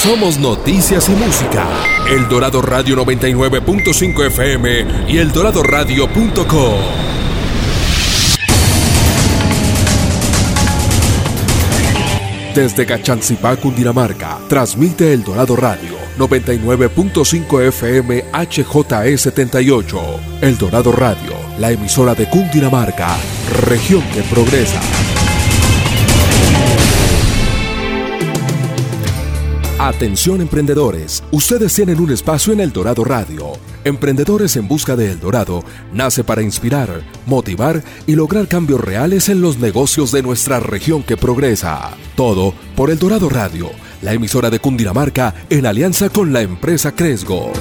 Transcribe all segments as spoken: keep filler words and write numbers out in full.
Somos noticias y música. El Dorado Radio noventa y nueve punto cinco F M y el dorado radio punto com. Desde Cachancipá, Cundinamarca, transmite El Dorado Radio noventa y nueve punto cinco F M H J E setenta y ocho. El Dorado Radio, la emisora de Cundinamarca, región que progresa. Atención emprendedores, ustedes tienen un espacio en El Dorado Radio. Emprendedores en Busca de El Dorado nace para inspirar, motivar y lograr cambios reales en los negocios de nuestra región que progresa. Todo por El Dorado Radio, la emisora de Cundinamarca en alianza con la empresa Cresgo.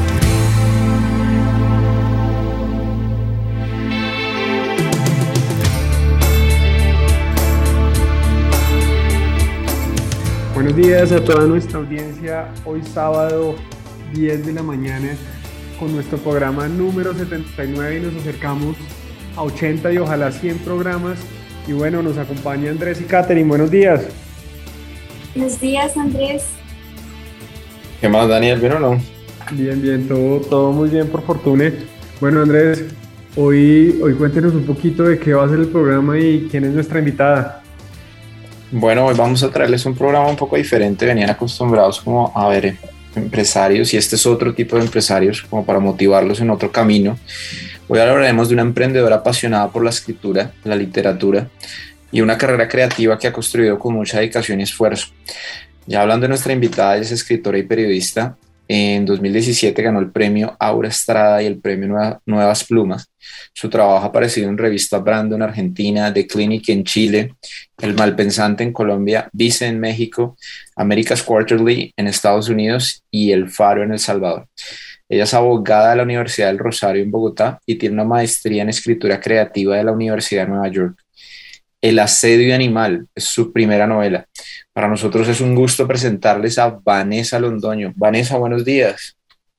Buenos días a toda nuestra audiencia, hoy sábado diez de la mañana con nuestro programa número setenta y nueve y nos acercamos a ochenta y ojalá cien programas y bueno, nos acompaña Andrés y Katherine, buenos días. Buenos días Andrés. ¿Qué más Daniel? ¿Bien o no? Bien, bien, todo, todo muy bien por fortuna. Bueno Andrés, hoy, hoy cuéntenos un poquito de qué va a ser el programa y quién es nuestra invitada. Bueno, hoy vamos a traerles un programa un poco diferente. Venían acostumbrados como a ver empresarios y este es otro tipo de empresarios como para motivarlos en otro camino. Hoy hablaremos de una emprendedora apasionada por la escritura, la literatura y una carrera creativa que ha construido con mucha dedicación y esfuerzo. Ya hablando de nuestra invitada, ella es escritora y periodista. En dos mil diecisiete ganó el premio Aura Estrada y el premio Nueva, Nuevas Plumas. Su trabajo ha aparecido en revista Brando en Argentina, The Clinic en Chile, El Malpensante en Colombia, Vice en México, America's Quarterly en Estados Unidos y El Faro en El Salvador. Ella es abogada de la Universidad del Rosario en Bogotá y tiene una maestría en escritura creativa de la Universidad de Nueva York. El asedio animal es su primera novela. Para nosotros es un gusto presentarles a Vanessa Londoño. Vanessa, buenos días.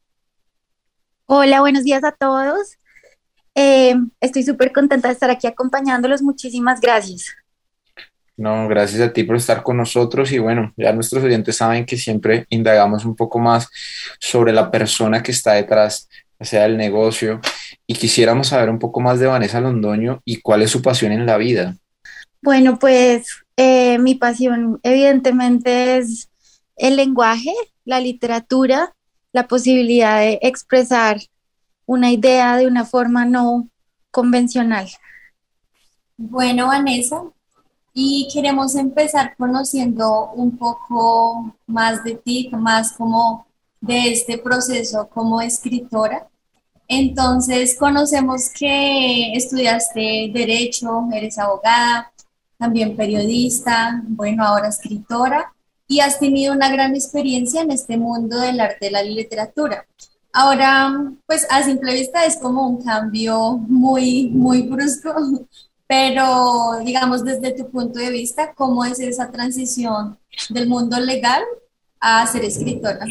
Hola, buenos días a todos. Eh, estoy súper contenta de estar aquí acompañándolos. Muchísimas gracias. No, gracias a ti por estar con nosotros y bueno, ya nuestros oyentes saben que siempre indagamos un poco más sobre la persona que está detrás, ya sea del negocio, y quisiéramos saber un poco más de Vanessa Londoño y cuál es su pasión en la vida. Bueno, pues eh, mi pasión evidentemente es el lenguaje, la literatura, la posibilidad de expresar una idea de una forma no convencional. Bueno, Vanessa, y queremos empezar conociendo un poco más de ti, más como de este proceso como escritora. Entonces, conocemos que estudiaste Derecho, eres abogada, también periodista, bueno, ahora escritora, y has tenido una gran experiencia en este mundo del arte y la literatura. Ahora, pues a simple vista es como un cambio muy, muy brusco, pero digamos desde tu punto de vista, ¿cómo es esa transición del mundo legal a ser escritora?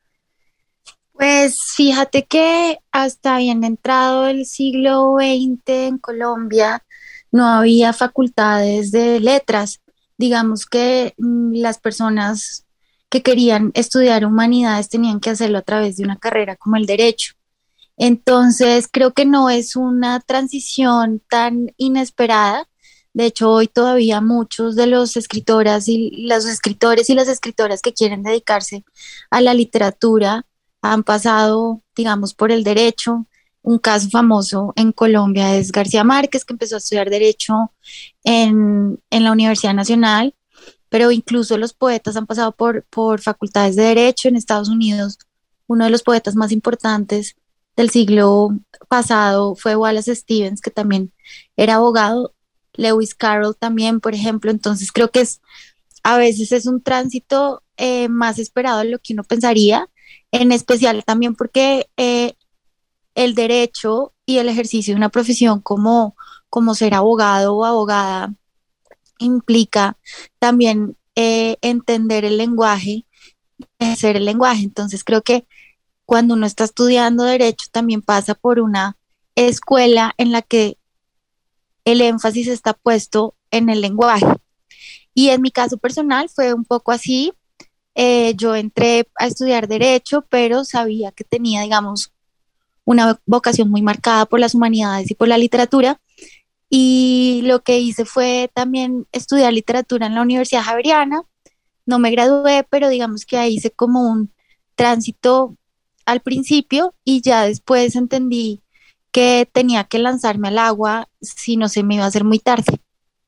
Pues fíjate que hasta bien entrado el siglo veinte en Colombia no había facultades de letras. Digamos que mm, las personas que querían estudiar humanidades tenían que hacerlo a través de una carrera como el derecho. Entonces creo que no es una transición tan inesperada. De hecho, hoy todavía muchos de los escritoras y los escritores y las escritoras que quieren dedicarse a la literatura han pasado, digamos, por el derecho. Un caso famoso en Colombia es García Márquez, que empezó a estudiar Derecho en, en la Universidad Nacional, pero incluso los poetas han pasado por, por facultades de Derecho. En Estados Unidos, uno de los poetas más importantes del siglo pasado fue Wallace Stevens, que también era abogado, Lewis Carroll también, por ejemplo. Entonces creo que es, a veces es un tránsito eh, más esperado de lo que uno pensaría, en especial también porque eh, el derecho y el ejercicio de una profesión como, como ser abogado o abogada implica también eh, entender el lenguaje, ejercer el lenguaje. Entonces creo que cuando uno está estudiando derecho también pasa por una escuela en la que el énfasis está puesto en el lenguaje. Y en mi caso personal fue un poco así. eh, yo entré a estudiar derecho, pero sabía que tenía, digamos, una vocación muy marcada por las humanidades y por la literatura. Y lo que hice fue también estudiar literatura en la Universidad Javeriana. No me gradué, pero digamos que ahí hice como un tránsito al principio y ya después entendí que tenía que lanzarme al agua si no se me iba a hacer muy tarde.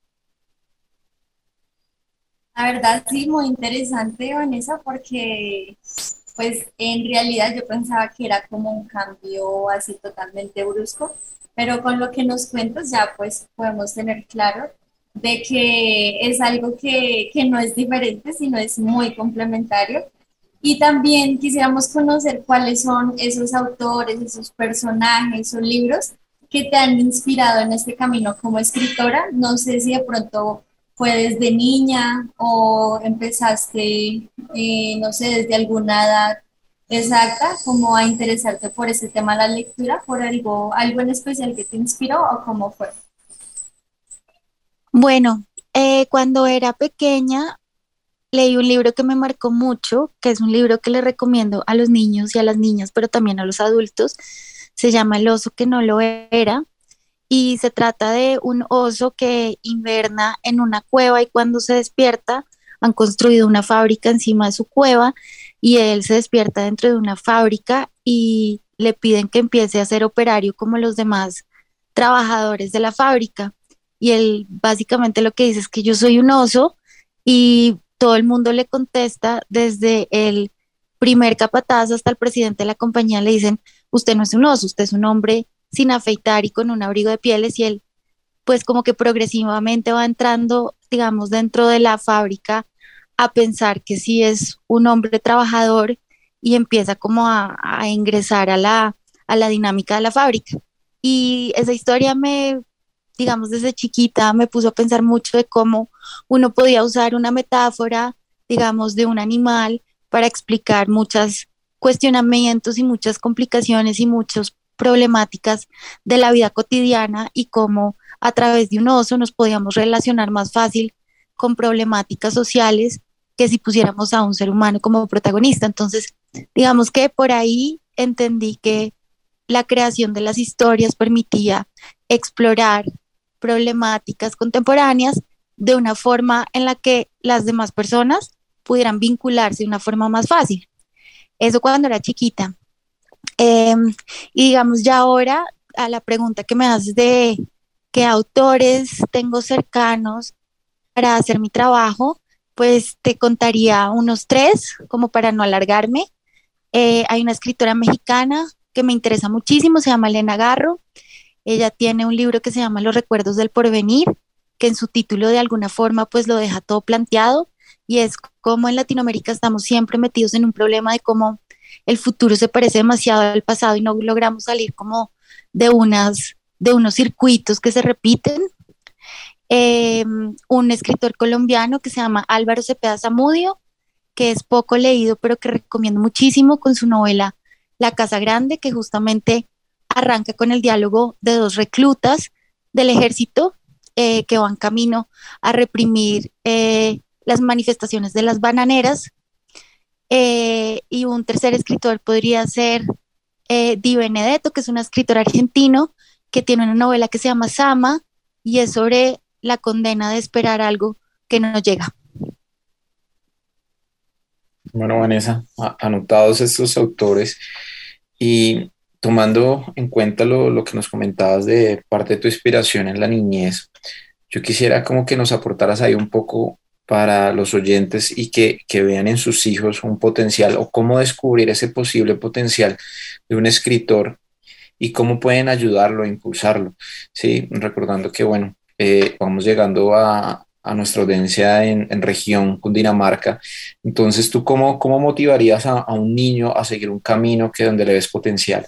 La verdad, sí, muy interesante, Vanessa, porque pues en realidad yo pensaba que era como un cambio así totalmente brusco, pero con lo que nos cuentas ya pues podemos tener claro de que es algo que, que no es diferente, sino es muy complementario. Y también quisiéramos conocer cuáles son esos autores, esos personajes o libros que te han inspirado en este camino como escritora. No sé si de pronto fue desde niña o empezaste, eh, no sé, desde alguna edad exacta, como a interesarte por ese tema de la lectura, por algo, algo en especial que te inspiró o cómo fue. Bueno, eh, cuando era pequeña leí un libro que me marcó mucho, que es un libro que le recomiendo a los niños y a las niñas, pero también a los adultos. Se llama El oso que no lo era y se trata de un oso que inverna en una cueva y cuando se despierta han construido una fábrica encima de su cueva y él se despierta dentro de una fábrica y le piden que empiece a ser operario como los demás trabajadores de la fábrica. Y él básicamente lo que dice es que yo soy un oso y todo el mundo le contesta, desde el primer capataz hasta el presidente de la compañía le dicen, usted no es un oso, usted es un hombre sin afeitar y con un abrigo de pieles y él pues como que progresivamente va entrando, digamos, dentro de la fábrica a pensar que sí es un hombre trabajador y empieza como a, a ingresar a la, a la dinámica de la fábrica. Y esa historia me, digamos, desde chiquita me puso a pensar mucho de cómo uno podía usar una metáfora, digamos, de un animal para explicar muchos cuestionamientos y muchas complicaciones y muchas problemáticas de la vida cotidiana y cómo a través de un oso nos podíamos relacionar más fácil con problemáticas sociales que si pusiéramos a un ser humano como protagonista. Entonces, digamos que por ahí entendí que la creación de las historias permitía explorar problemáticas contemporáneas de una forma en la que las demás personas pudieran vincularse de una forma más fácil. Eso cuando era chiquita. Eh, y digamos ya ahora a la pregunta que me haces de qué autores tengo cercanos para hacer mi trabajo, pues te contaría unos tres, como para no alargarme. Eh, hay una escritora mexicana que me interesa muchísimo, se llama Elena Garro. Ella tiene un libro que se llama Los recuerdos del porvenir, que en su título de alguna forma pues lo deja todo planteado y es como en Latinoamérica estamos siempre metidos en un problema de cómo el futuro se parece demasiado al pasado y no logramos salir como de, unas, de unos circuitos que se repiten. Eh, un escritor colombiano que se llama Álvaro Cepeda Zamudio, que es poco leído pero que recomiendo muchísimo con su novela La Casa Grande, que justamente arranca con el diálogo de dos reclutas del ejército eh, que van camino a reprimir eh, las manifestaciones de las bananeras. Eh, y un tercer escritor podría ser eh, Di Benedetto, que es un escritor argentino que tiene una novela que se llama Sama y es sobre la condena de esperar algo que no llega. Bueno, Vanessa, a- anotados estos autores y tomando en cuenta lo, lo que nos comentabas de parte de tu inspiración en la niñez, yo quisiera como que nos aportaras ahí un poco para los oyentes y que, que vean en sus hijos un potencial o cómo descubrir ese posible potencial de un escritor y cómo pueden ayudarlo, impulsarlo, ¿sí? Recordando que, bueno, eh, vamos llegando a, a nuestra audiencia en, en región Cundinamarca. Entonces, ¿tú cómo, cómo motivarías a, a un niño a seguir un camino que donde le ves potencial?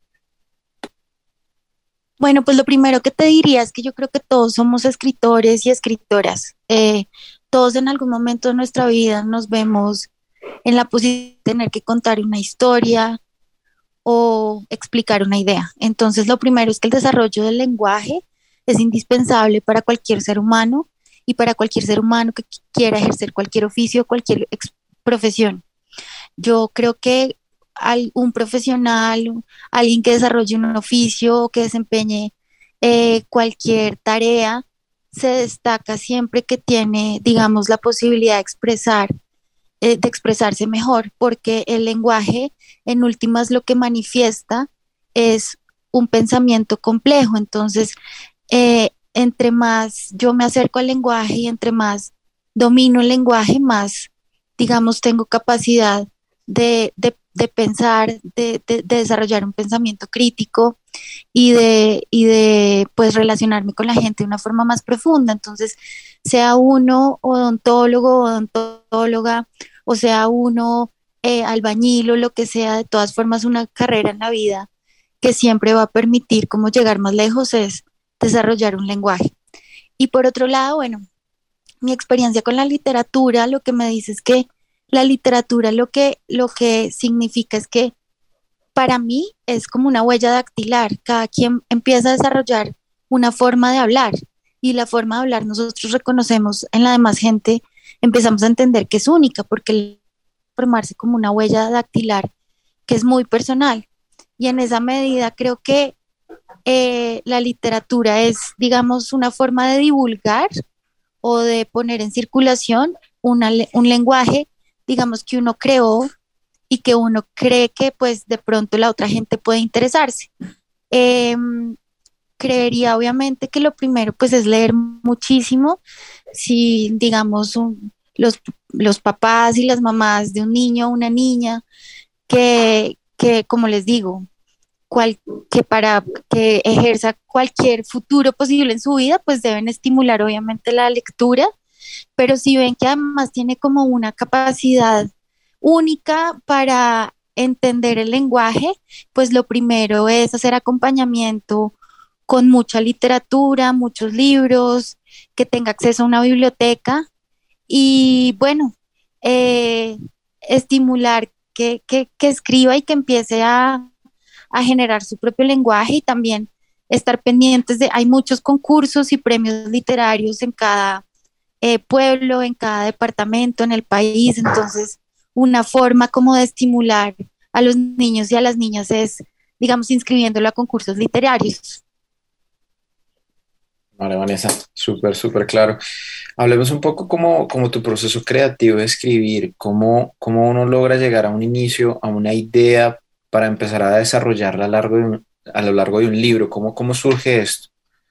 Bueno, pues lo primero que te diría es que yo creo que todos somos escritores y escritoras. Eh, todos en algún momento de nuestra vida nos vemos en la posibilidad de tener que contar una historia o explicar una idea. Entonces, lo primero es que el desarrollo del lenguaje es indispensable para cualquier ser humano y para cualquier ser humano que quiera ejercer cualquier oficio, cualquier profesión. Yo creo que al- un profesional, alguien que desarrolle un oficio o que desempeñe eh, cualquier tarea, se destaca siempre que tiene, digamos, la posibilidad de expresar, eh, de expresarse mejor, porque el lenguaje, en últimas, lo que manifiesta es un pensamiento complejo. Entonces, eh, entre más yo me acerco al lenguaje y entre más domino el lenguaje, más, digamos, tengo capacidad de, de- de pensar, de, de- de desarrollar un pensamiento crítico y de, y de pues relacionarme con la gente de una forma más profunda. Entonces, sea uno odontólogo o odontóloga, o sea uno eh, albañil o lo que sea, de todas formas una carrera en la vida que siempre va a permitir como llegar más lejos es desarrollar un lenguaje. Y por otro lado, bueno, mi experiencia con la literatura lo que me dice es que la literatura lo que, lo que significa es que para mí es como una huella dactilar. Cada quien empieza a desarrollar una forma de hablar y la forma de hablar nosotros reconocemos en la demás gente, empezamos a entender que es única porque el formarse como una huella dactilar que es muy personal. Y en esa medida creo que eh, la literatura es, digamos, una forma de divulgar o de poner en circulación una le- un lenguaje, digamos, que uno creó y que uno cree que pues de pronto la otra gente puede interesarse. Em, Creería obviamente que lo primero pues es leer muchísimo. Si digamos un- los, los papás y las mamás de un niño o una niña que, que como les digo, cual, que para que ejerza cualquier futuro posible en su vida, pues deben estimular obviamente la lectura, pero si ven que además tiene como una capacidad única para entender el lenguaje, pues lo primero es hacer acompañamiento con mucha literatura, muchos libros, que tenga acceso a una biblioteca y bueno, eh, estimular que, que, que escriba y que empiece a, a generar su propio lenguaje y también estar pendientes de, hay muchos concursos y premios literarios en cada eh, pueblo, en cada departamento, en el país. Entonces, una forma como de estimular a los niños y a las niñas es, digamos, inscribiéndolo a concursos literarios. Vale, Vanessa, súper, súper claro. Hablemos un poco como, como tu proceso creativo de escribir, cómo, cómo uno logra llegar a un inicio, a una idea para empezar a desarrollarla a, largo de un- a lo largo de un libro. ¿Cómo, cómo surge esto?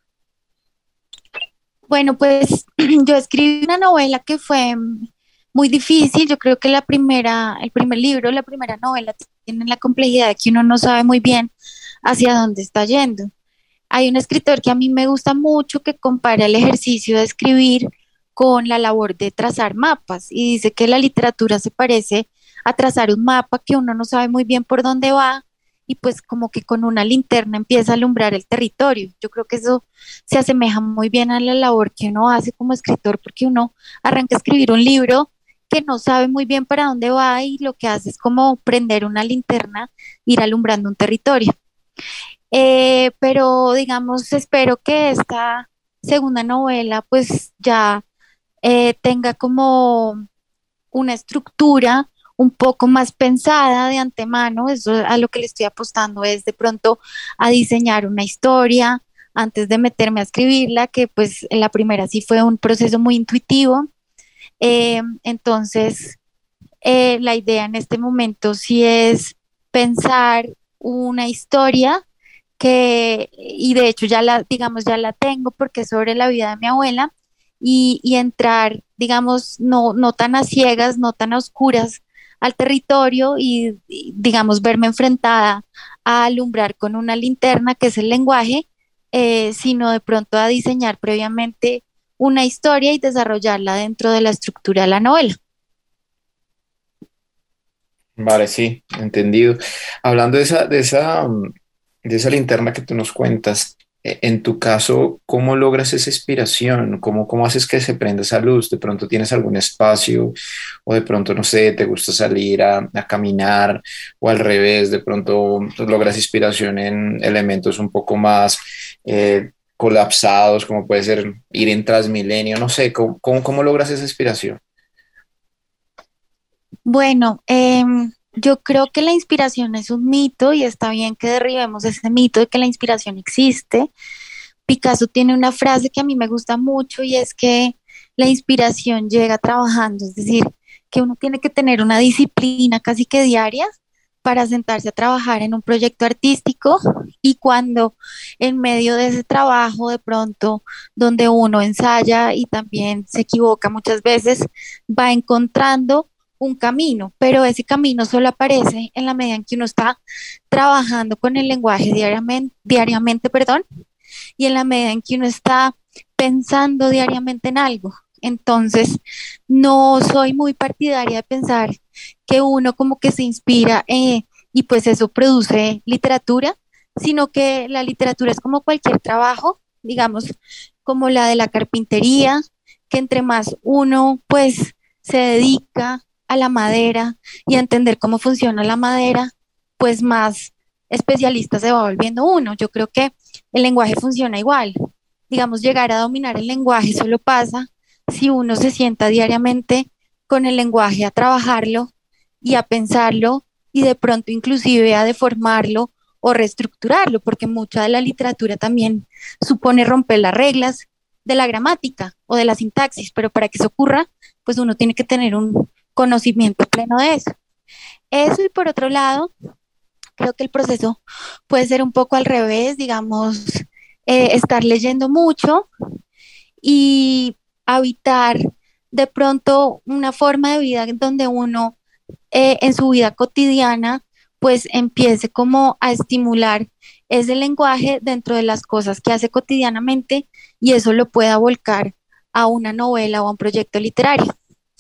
Bueno, pues yo escribí una novela que fue mm, muy difícil. Yo creo que la primera, el primer libro, la primera novela tiene la complejidad de que uno no sabe muy bien hacia dónde está yendo. Hay un escritor que a mí me gusta mucho que compara el ejercicio de escribir con la labor de trazar mapas y dice que la literatura se parece a trazar un mapa que uno no sabe muy bien por dónde va y pues como que con una linterna empieza a alumbrar el territorio. Yo creo que eso se asemeja muy bien a la labor que uno hace como escritor porque uno arranca a escribir un libro que no sabe muy bien para dónde va y lo que hace es como prender una linterna, ir alumbrando un territorio. Eh, pero digamos, espero que esta segunda novela pues ya eh, tenga como una estructura un poco más pensada de antemano. Eso a lo que le estoy apostando es de pronto a diseñar una historia antes de meterme a escribirla, que pues en la primera sí fue un proceso muy intuitivo. Eh, entonces, eh, la idea en este momento sí es pensar una historia que, y de hecho ya la, digamos, ya la tengo porque es sobre la vida de mi abuela y, y entrar, digamos, no, no tan a ciegas, no tan a oscuras al territorio y, y, digamos, verme enfrentada a alumbrar con una linterna, que es el lenguaje, eh, sino de pronto a diseñar previamente una historia y desarrollarla dentro de la estructura de la novela. Vale, sí, entendido. Hablando de esa, de esa, mm, de esa linterna que tú nos cuentas, e- en tu caso, ¿cómo logras esa inspiración? ¿Cómo, cómo haces que se prenda esa luz? ¿De pronto tienes algún espacio o de pronto, no sé, te gusta salir a, a caminar o al revés, de pronto logras inspiración en elementos un poco más eh, colapsados, como puede ser ir en Transmilenio, no sé, ¿cómo, cómo, cómo logras esa inspiración? Bueno, em, yo creo que la inspiración es un mito y está bien que derribemos ese mito de que la inspiración existe. Picasso tiene una frase que a mí me gusta mucho y es que la inspiración llega trabajando, es decir, que uno tiene que tener una disciplina casi que diaria para sentarse a trabajar en un proyecto artístico y cuando en medio de ese trabajo de pronto donde uno ensaya y también se equivoca muchas veces, va encontrando un camino, pero ese camino solo aparece en la medida en que uno está trabajando con el lenguaje diariamente, diariamente, perdón, y en la medida en que uno está pensando diariamente en algo. Entonces, no soy muy partidaria de pensar que uno como que se inspira eh, y pues eso produce literatura, sino que la literatura es como cualquier trabajo, digamos, como la de la carpintería, que entre más uno pues se dedica a la madera y a entender cómo funciona la madera, pues más especialista se va volviendo uno. Yo creo que el lenguaje funciona igual. Digamos, llegar a dominar el lenguaje solo pasa si uno se sienta diariamente con el lenguaje a trabajarlo y a pensarlo y de pronto inclusive a deformarlo o reestructurarlo, porque mucha de la literatura también supone romper las reglas de la gramática o de la sintaxis, pero para que eso ocurra, pues uno tiene que tener un conocimiento pleno de eso. Eso y por otro lado, creo que el proceso puede ser un poco al revés, digamos, eh, estar leyendo mucho y habitar de pronto una forma de vida en donde uno eh, en su vida cotidiana pues empiece como a estimular ese lenguaje dentro de las cosas que hace cotidianamente y eso lo pueda volcar a una novela o a un proyecto literario.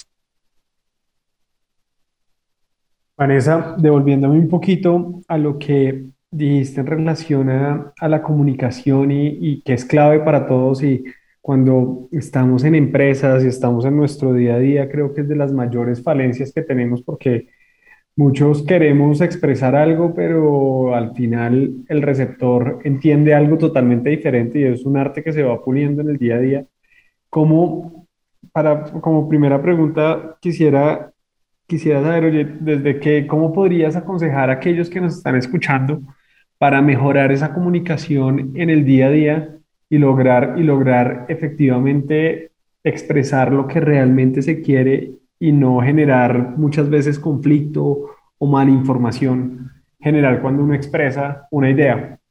Vanessa, devolviéndome un poquito a lo que dijiste en relación a, a la comunicación y, y que es clave para todos y cuando estamos en empresas y estamos en nuestro día a día, creo que es de las mayores falencias que tenemos porque muchos queremos expresar algo, pero al final el receptor entiende algo totalmente diferente y es un arte que se va puliendo en el día a día. ¿Cómo, para, como primera pregunta, quisiera Quisiera saber, oye, desde que, ¿cómo podrías aconsejar a aquellos que nos están escuchando para mejorar esa comunicación en el día a día y lograr, y lograr efectivamente expresar lo que realmente se quiere y no generar muchas veces conflicto o malinformación general cuando uno expresa una idea?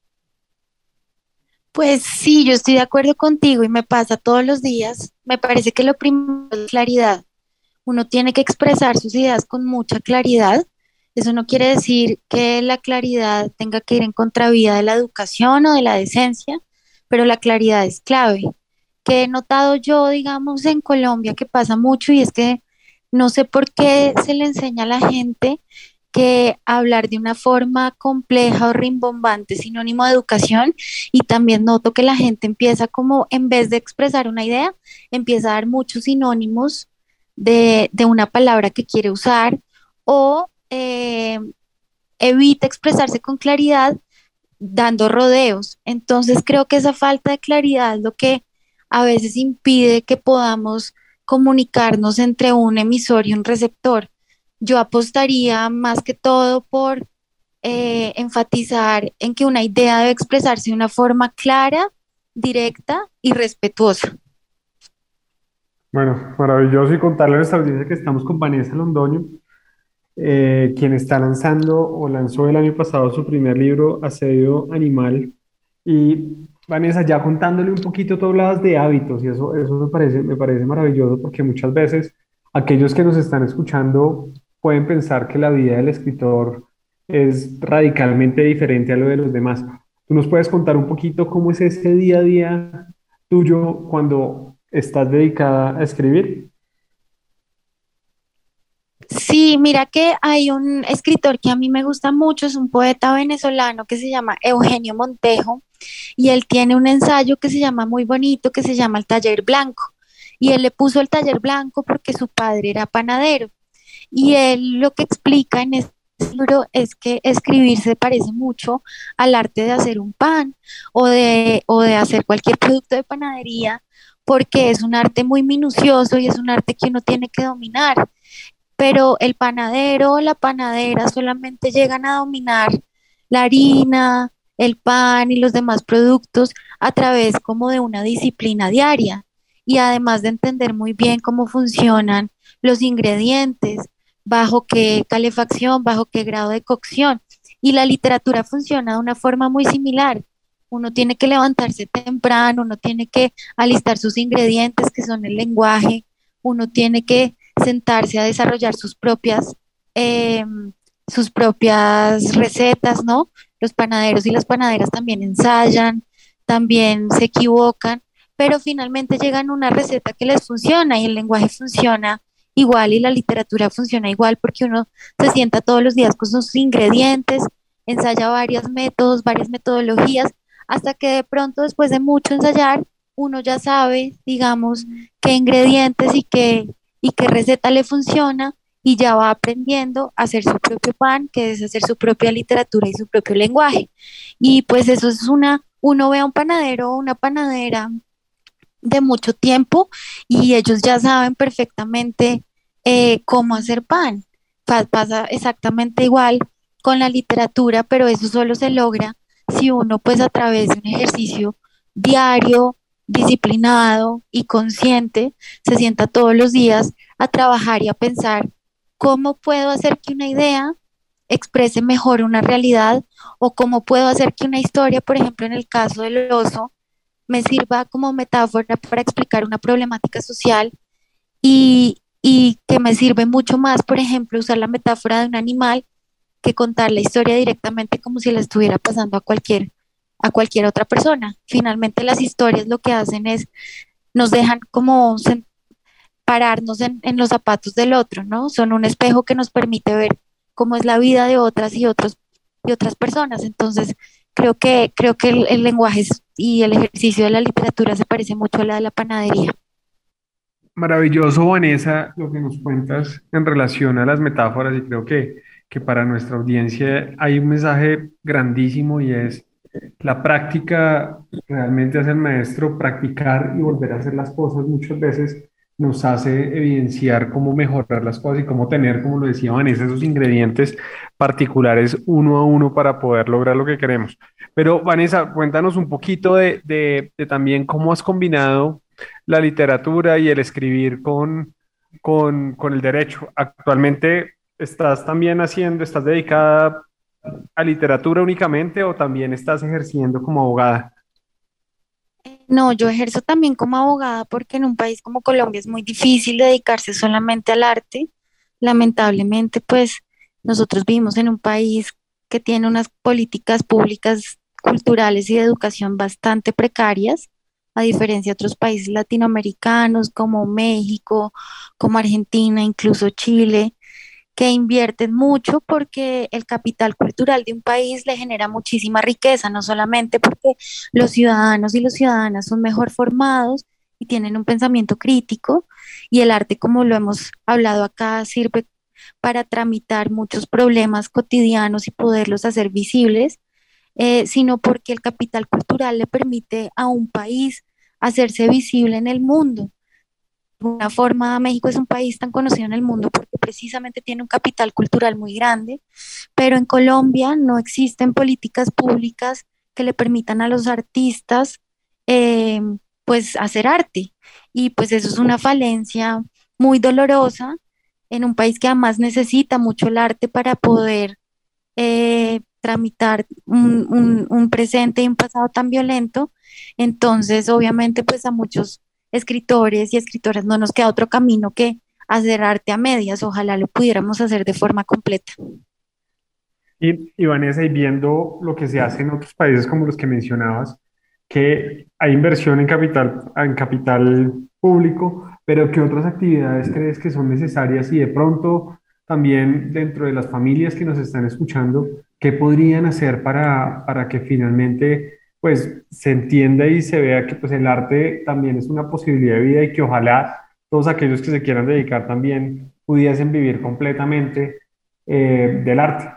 Pues sí, yo estoy de acuerdo contigo y me pasa todos los días. Me parece que lo primero es claridad. Uno tiene que expresar sus ideas con mucha claridad. Eso no quiere decir que la claridad tenga que ir en contravía de la educación o de la decencia, pero la claridad es clave. Que he notado yo, digamos, en Colombia que pasa mucho y es que no sé por qué se le enseña a la gente que hablar de una forma compleja o rimbombante es sinónimo de educación y también noto que la gente empieza como, en vez de expresar una idea, empieza a dar muchos sinónimos de, de una palabra que quiere usar o eh, evita expresarse con claridad dando rodeos. Entonces creo que esa falta de claridad es lo que a veces impide que podamos comunicarnos entre un emisor y un receptor. Yo apostaría más que todo por eh, enfatizar en que una idea debe expresarse de una forma clara, directa y respetuosa. Bueno, maravilloso y contarle a nuestra audiencia que estamos con Vanessa Londoño, eh, quien está lanzando o lanzó el año pasado su primer libro, Asedio Animal. Y Vanessa, ya contándole un poquito, tú hablabas de hábitos y eso, eso me parece, me parece maravilloso porque muchas veces aquellos que nos están escuchando pueden pensar que la vida del escritor es radicalmente diferente a lo de los demás. ¿Tú nos puedes contar un poquito cómo es ese día a día tuyo cuando estás dedicada a escribir? Sí, mira que hay un escritor que a mí me gusta mucho, es un poeta venezolano que se llama Eugenio Montejo y él tiene un ensayo que se llama muy bonito, que se llama El Taller Blanco. Y él le puso el Taller Blanco porque su padre era panadero. Y él lo que explica en este libro es que escribir se parece mucho al arte de hacer un pan o de, o de hacer cualquier producto de panadería, porque es un arte muy minucioso y es un arte que uno tiene que dominar. pero el panadero o la panadera solamente llegan a dominar la harina, el pan y los demás productos a través como de una disciplina diaria y además de entender muy bien cómo funcionan los ingredientes, bajo qué calefacción, bajo qué grado de cocción. Y la literatura funciona de una forma muy similar. Uno tiene que levantarse temprano, uno tiene que alistar sus ingredientes, que son el lenguaje, uno tiene que sentarse a desarrollar sus propias, eh, sus propias recetas, ¿no? Los panaderos y las panaderas también ensayan, también se equivocan, pero finalmente llegan a una receta que les funciona y el lenguaje funciona igual y la literatura funciona igual porque uno se sienta todos los días con sus ingredientes, ensaya varios métodos, varias metodologías, hasta que de pronto después de mucho ensayar, uno ya sabe, digamos, qué ingredientes y qué, y qué receta le funciona y ya va aprendiendo a hacer su propio pan, que es hacer su propia literatura y su propio lenguaje. Y pues eso es una, uno ve a un panadero o una panadera de mucho tiempo y ellos ya saben perfectamente eh, cómo hacer pan. Pa- pasa exactamente igual con la literatura, pero eso solo se logra si uno pues a través de un ejercicio diario, disciplinado y consciente, se sienta todos los días a trabajar y a pensar cómo puedo hacer que una idea exprese mejor una realidad o cómo puedo hacer que una historia, por ejemplo, en el caso del oso, me sirva como metáfora para explicar una problemática social y, y que me sirve mucho más, por ejemplo, usar la metáfora de un animal que contar la historia directamente como si la estuviera pasando a cualquier, a cualquier otra persona. Finalmente las historias lo que hacen es, nos dejan como sen- pararnos en, en los zapatos del otro, ¿no? Son un espejo que nos permite ver cómo es la vida de otras y otros y otras personas. Entonces, creo que, creo que el, el lenguaje es- y el ejercicio de la literatura se parece mucho a la de la panadería. Maravilloso, Vanessa, lo que nos cuentas en relación a las metáforas y creo que, que para nuestra audiencia hay un mensaje grandísimo y es la práctica realmente hace el maestro, practicar y volver a hacer las cosas muchas veces nos hace evidenciar cómo mejorar las cosas y cómo tener, como lo decía Vanessa, esos ingredientes particulares uno a uno para poder lograr lo que queremos. Pero Vanessa, cuéntanos un poquito de, de de también cómo has combinado la literatura y el escribir con, con, con el derecho. Actualmente estás también haciendo, estás dedicada a literatura únicamente o también estás ejerciendo como abogada. No, yo ejerzo también como abogada porque en un país como Colombia es muy difícil dedicarse solamente al arte. Lamentablemente, pues nosotros vivimos en un país que tiene unas políticas públicas culturales y de educación bastante precarias, a diferencia de otros países latinoamericanos como México, como Argentina, incluso Chile, que invierten mucho porque el capital cultural de un país le genera muchísima riqueza, no solamente porque los ciudadanos y las ciudadanas son mejor formados y tienen un pensamiento crítico, y el arte, como lo hemos hablado acá, sirve para tramitar muchos problemas cotidianos y poderlos hacer visibles, eh, sino porque el capital cultural le permite a un país hacerse visible en el mundo. De alguna forma, México es un país tan conocido en el mundo porque precisamente tiene un capital cultural muy grande, pero en Colombia no existen políticas públicas que le permitan a los artistas eh, pues hacer arte. Y pues eso es una falencia muy dolorosa en un país que además necesita mucho el arte para poder eh, tramitar un, un- un presente y un pasado tan violento. Entonces, obviamente, pues a muchos escritores y escritoras no nos queda otro camino que hacer arte a medias. Ojalá lo pudiéramos hacer de forma completa. Y, y Vanessa, y viendo lo que se hace en otros países como los que mencionabas, que hay inversión en capital, en capital público, pero ¿qué otras actividades crees que son necesarias y de pronto también dentro de las familias que nos están escuchando, qué podrían hacer para, para que finalmente pues se entienda y se vea que pues el arte también es una posibilidad de vida y que ojalá todos aquellos que se quieran dedicar también pudiesen vivir completamente eh, del arte?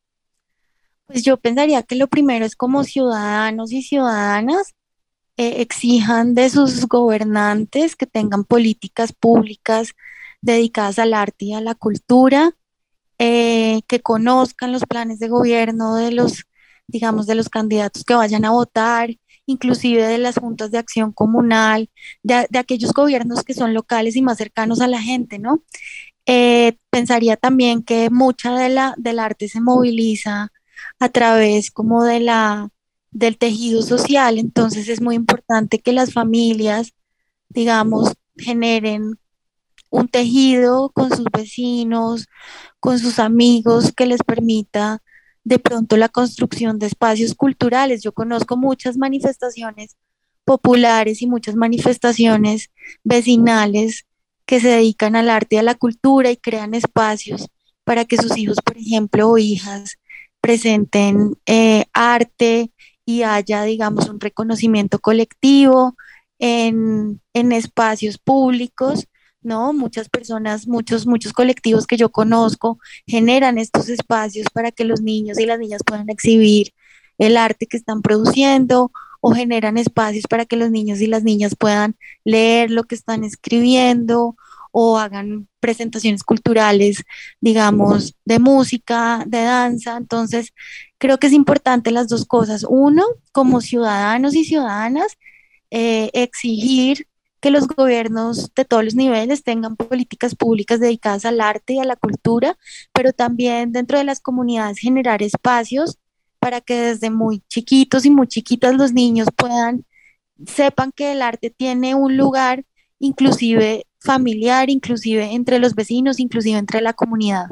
Pues yo pensaría que lo primero es como ciudadanos y ciudadanas eh, exijan de sus gobernantes que tengan políticas públicas dedicadas al arte y a la cultura, eh, que conozcan los planes de gobierno de los, digamos, de los candidatos que vayan a votar, inclusive de las juntas de acción comunal, de, de aquellos gobiernos que son locales y más cercanos a la gente, ¿no? Eh, pensaría también que mucha de la, del arte se moviliza a través como de la, del tejido social, entonces es muy importante que las familias, digamos, generen un tejido con sus vecinos, con sus amigos, que les permita de pronto la construcción de espacios culturales. Yo conozco muchas manifestaciones populares y muchas manifestaciones vecinales que se dedican al arte y a la cultura y crean espacios para que sus hijos, por ejemplo, o hijas presenten eh, arte y haya, digamos, un reconocimiento colectivo en, en espacios públicos, ¿no? Muchas personas, muchos, muchos colectivos que yo conozco generan estos espacios para que los niños y las niñas puedan exhibir el arte que están produciendo, o generan espacios para que los niños y las niñas puedan leer lo que están escribiendo, o hagan presentaciones culturales, digamos, de música, de danza. Entonces, creo que es importante las dos cosas. Uno, como ciudadanos y ciudadanas, eh, exigir que los gobiernos de todos los niveles tengan políticas públicas dedicadas al arte y a la cultura, pero también dentro de las comunidades generar espacios para que desde muy chiquitos y muy chiquitas los niños puedan, sepan que el arte tiene un lugar inclusive familiar, inclusive entre los vecinos, inclusive entre la comunidad.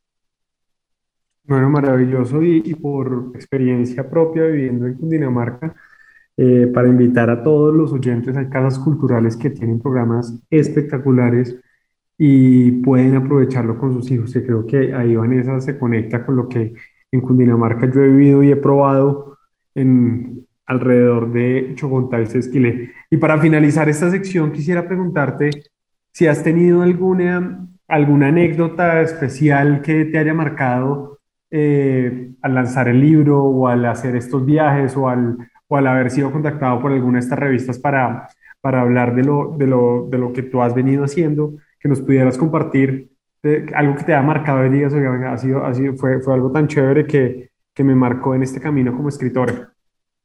Bueno, maravilloso y, y por experiencia propia viviendo en Cundinamarca, eh, para invitar a todos los oyentes, hay casas culturales que tienen programas espectaculares y pueden aprovecharlo con sus hijos. Y creo que ahí Vanessa se conecta con lo que en Cundinamarca yo he vivido y he probado en alrededor de Chogontá y Sesquilé. Y para finalizar esta sección, quisiera preguntarte si has tenido alguna, alguna anécdota especial que te haya marcado eh, al lanzar el libro o al hacer estos viajes o al, o al haber sido contactado por alguna de estas revistas para, para hablar de lo, de lo, de lo que tú has venido haciendo, que nos pudieras compartir de, algo que te ha marcado y digas, oiga, ha sido, ha sido, fue, fue algo tan chévere que, que me marcó en este camino como escritora.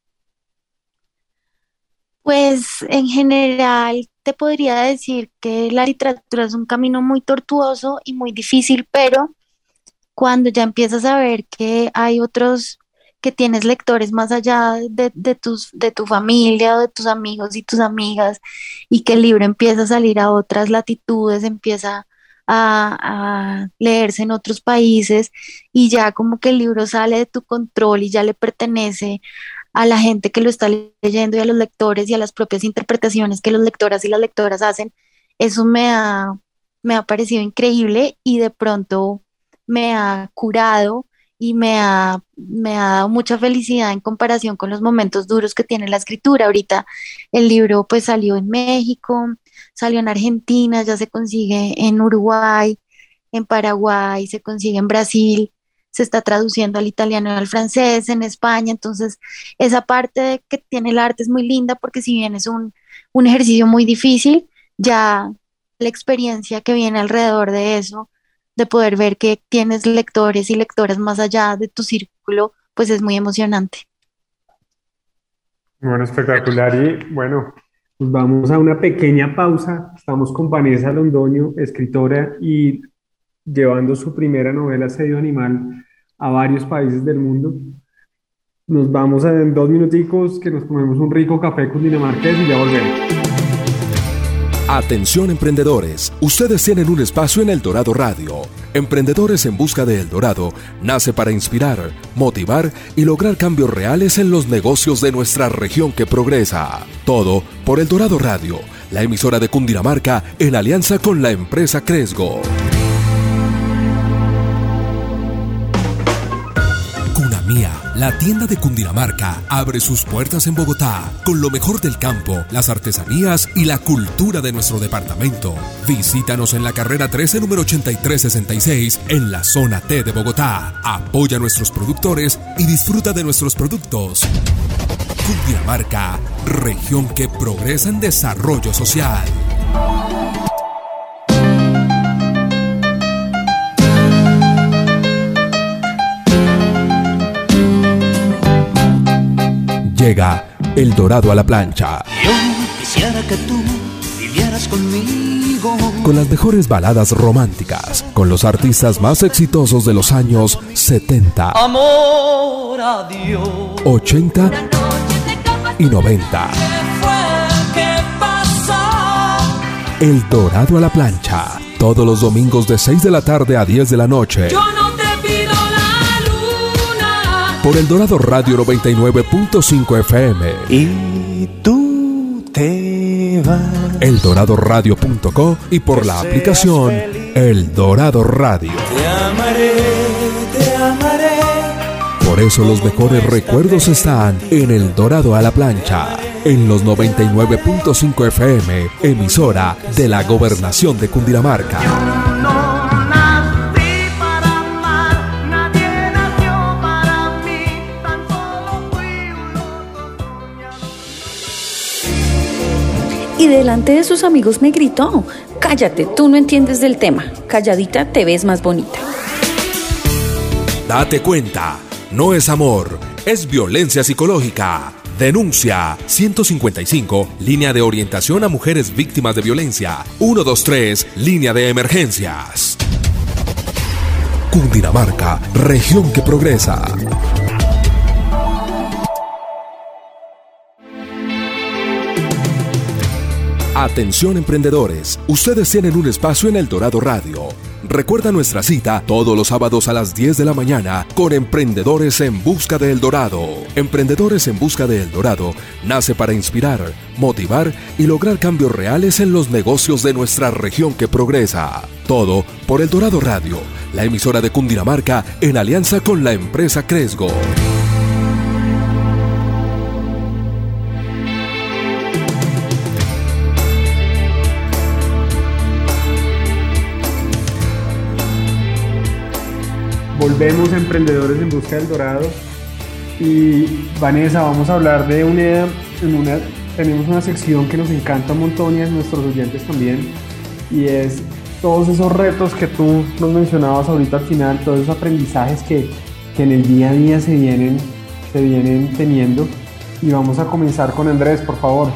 Pues en general te podría decir que la literatura es un camino muy tortuoso y muy difícil, pero cuando ya empiezas a ver que hay otros, que tienes lectores más allá de, de tus, de tu familia o de tus amigos y tus amigas, y que el libro empieza a salir a otras latitudes, empieza a, a leerse en otros países, y ya como que el libro sale de tu control y ya le pertenece a la gente que lo está leyendo y a los lectores y a las propias interpretaciones que los lectoras y las lectoras hacen. Eso me ha, me ha parecido increíble y de pronto me ha curado y me ha, me ha dado mucha felicidad en comparación con los momentos duros que tiene la escritura. Ahorita el libro pues salió en México, salió en Argentina, ya se consigue en Uruguay, en Paraguay, se consigue en Brasil, se está traduciendo al italiano y al francés, en España. Entonces esa parte de que tiene el arte es muy linda, porque si bien es un, un ejercicio muy difícil, ya la experiencia que viene alrededor de eso, de poder ver que tienes lectores y lectoras más allá de tu círculo, pues es muy emocionante. Bueno, espectacular. Y bueno, pues vamos a una pequeña pausa. Estamos con Vanessa Londoño, escritora y llevando su primera novela, Asedio Animal, a varios países del mundo. Nos vamos en dos minuticos, que nos comemos un rico café cundinamarqués y ya volvemos. Atención emprendedores, ustedes tienen un espacio en El Dorado Radio. Emprendedores en Busca de El Dorado nace para inspirar, motivar y lograr cambios reales en los negocios de nuestra región que progresa. Todo por El Dorado Radio, la emisora de Cundinamarca en alianza con la empresa Cresgo. Cunamía, la tienda de Cundinamarca, abre sus puertas en Bogotá con lo mejor del campo, las artesanías y la cultura de nuestro departamento. Visítanos en la carrera trece, número ochenta y tres sesenta y seis, en la zona T de Bogotá. Apoya a nuestros productores y disfruta de nuestros productos. Cundinamarca, región que progresa en desarrollo social. Llega El Dorado a la plancha. Yo quisiera que tú vivieras conmigo. Con las mejores baladas románticas, con los artistas más exitosos de los años setenta, Amor a Dios. ochenta y noventa. El Dorado a la plancha. Todos los domingos de seis de la tarde a diez de la noche. Yo no te pido la luna. Por El Dorado Radio noventa y nueve punto cinco F M. Y tú te vas. el dorado radio punto co y por la aplicación El Dorado Radio. Te amaré, te amaré. Por eso los mejores recuerdos están en El Dorado a la plancha, en los noventa y nueve punto cinco F M, emisora de la Gobernación de Cundinamarca. Y delante de sus amigos me gritó: cállate, tú no entiendes del tema, calladita te ves más bonita. Date cuenta, no es amor, es violencia psicológica. Denuncia ciento cincuenta y cinco, línea de orientación a mujeres víctimas de violencia. ciento veintitrés, línea de emergencias. Cundinamarca, región que progresa. Atención emprendedores, ustedes tienen un espacio en El Dorado Radio. Recuerda nuestra cita todos los sábados a las diez de la mañana con Emprendedores en Busca de El Dorado. Emprendedores en Busca de El Dorado nace para inspirar, motivar y lograr cambios reales en los negocios de nuestra región que progresa. Todo por El Dorado Radio, la emisora de Cundinamarca en alianza con la empresa Cresgo. Volvemos a Emprendedores en Busca del Dorado. Y Vanessa, vamos a hablar de una, en una, tenemos una sección que nos encanta un montón y a nuestros oyentes también, y es todos esos retos que tú nos mencionabas ahorita al final, todos esos aprendizajes que, que en el día a día se vienen, se vienen teniendo. Y vamos a comenzar con Andrés, por favor.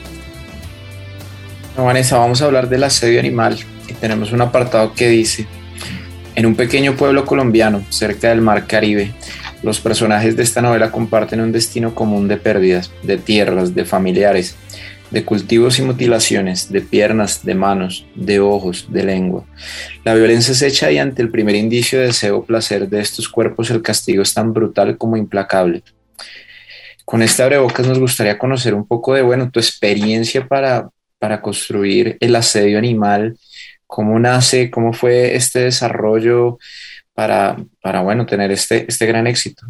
No, Vanessa, vamos a hablar del asedio animal y tenemos un apartado que dice: en un pequeño pueblo colombiano, cerca del Mar Caribe, los personajes de esta novela comparten un destino común de pérdidas, de tierras, de familiares, de cultivos y mutilaciones, de piernas, de manos, de ojos, de lengua. La violencia es hecha y ante el primer indicio de deseo o placer de estos cuerpos el castigo es tan brutal como implacable. Con este abrebocas nos gustaría conocer un poco de, bueno, tu experiencia para, para construir el asedio animal. ¿Cómo nace? ¿Cómo fue este desarrollo para, para bueno, tener este, este gran éxito?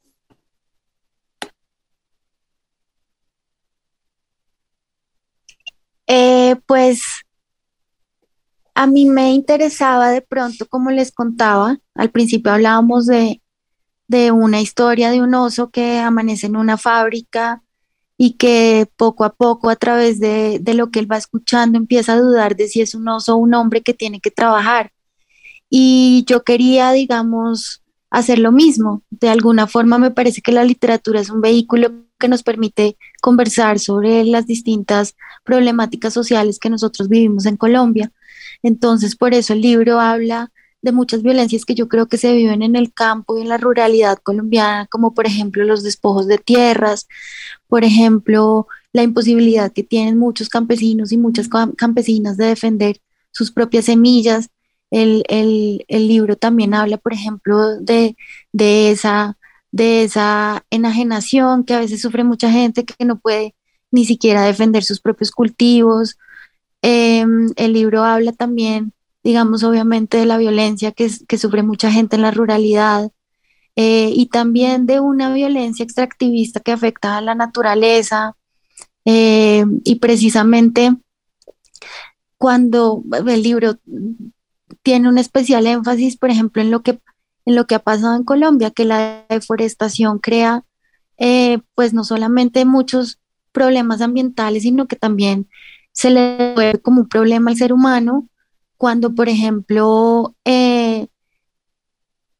Eh, pues a mí me interesaba de pronto, como les contaba, al principio hablábamos de, de una historia de un oso que amanece en una fábrica y que poco a poco, a través de, de lo que él va escuchando, empieza a dudar de si es un oso o un hombre que tiene que trabajar. Y yo quería, digamos, hacer lo mismo. De alguna forma me parece que la literatura es un vehículo que nos permite conversar sobre las distintas problemáticas sociales que nosotros vivimos en Colombia. Entonces, por eso el libro habla de muchas violencias que yo creo que se viven en el campo y en la ruralidad colombiana, como por ejemplo los despojos de tierras, por ejemplo, la imposibilidad que tienen muchos campesinos y muchas cam- campesinas de defender sus propias semillas. El, el, el libro también habla, por ejemplo, de, de esa, de esa enajenación que a veces sufre mucha gente que no puede ni siquiera defender sus propios cultivos. Eh, el libro habla también, digamos, obviamente de la violencia que, que sufre mucha gente en la ruralidad, eh, y también de una violencia extractivista que afecta a la naturaleza, eh, y precisamente cuando el libro tiene un especial énfasis, por ejemplo, en lo que, en lo que ha pasado en Colombia, que la deforestación crea, eh, pues no solamente muchos problemas ambientales, sino que también se le ve como un problema al ser humano, cuando, por ejemplo, eh,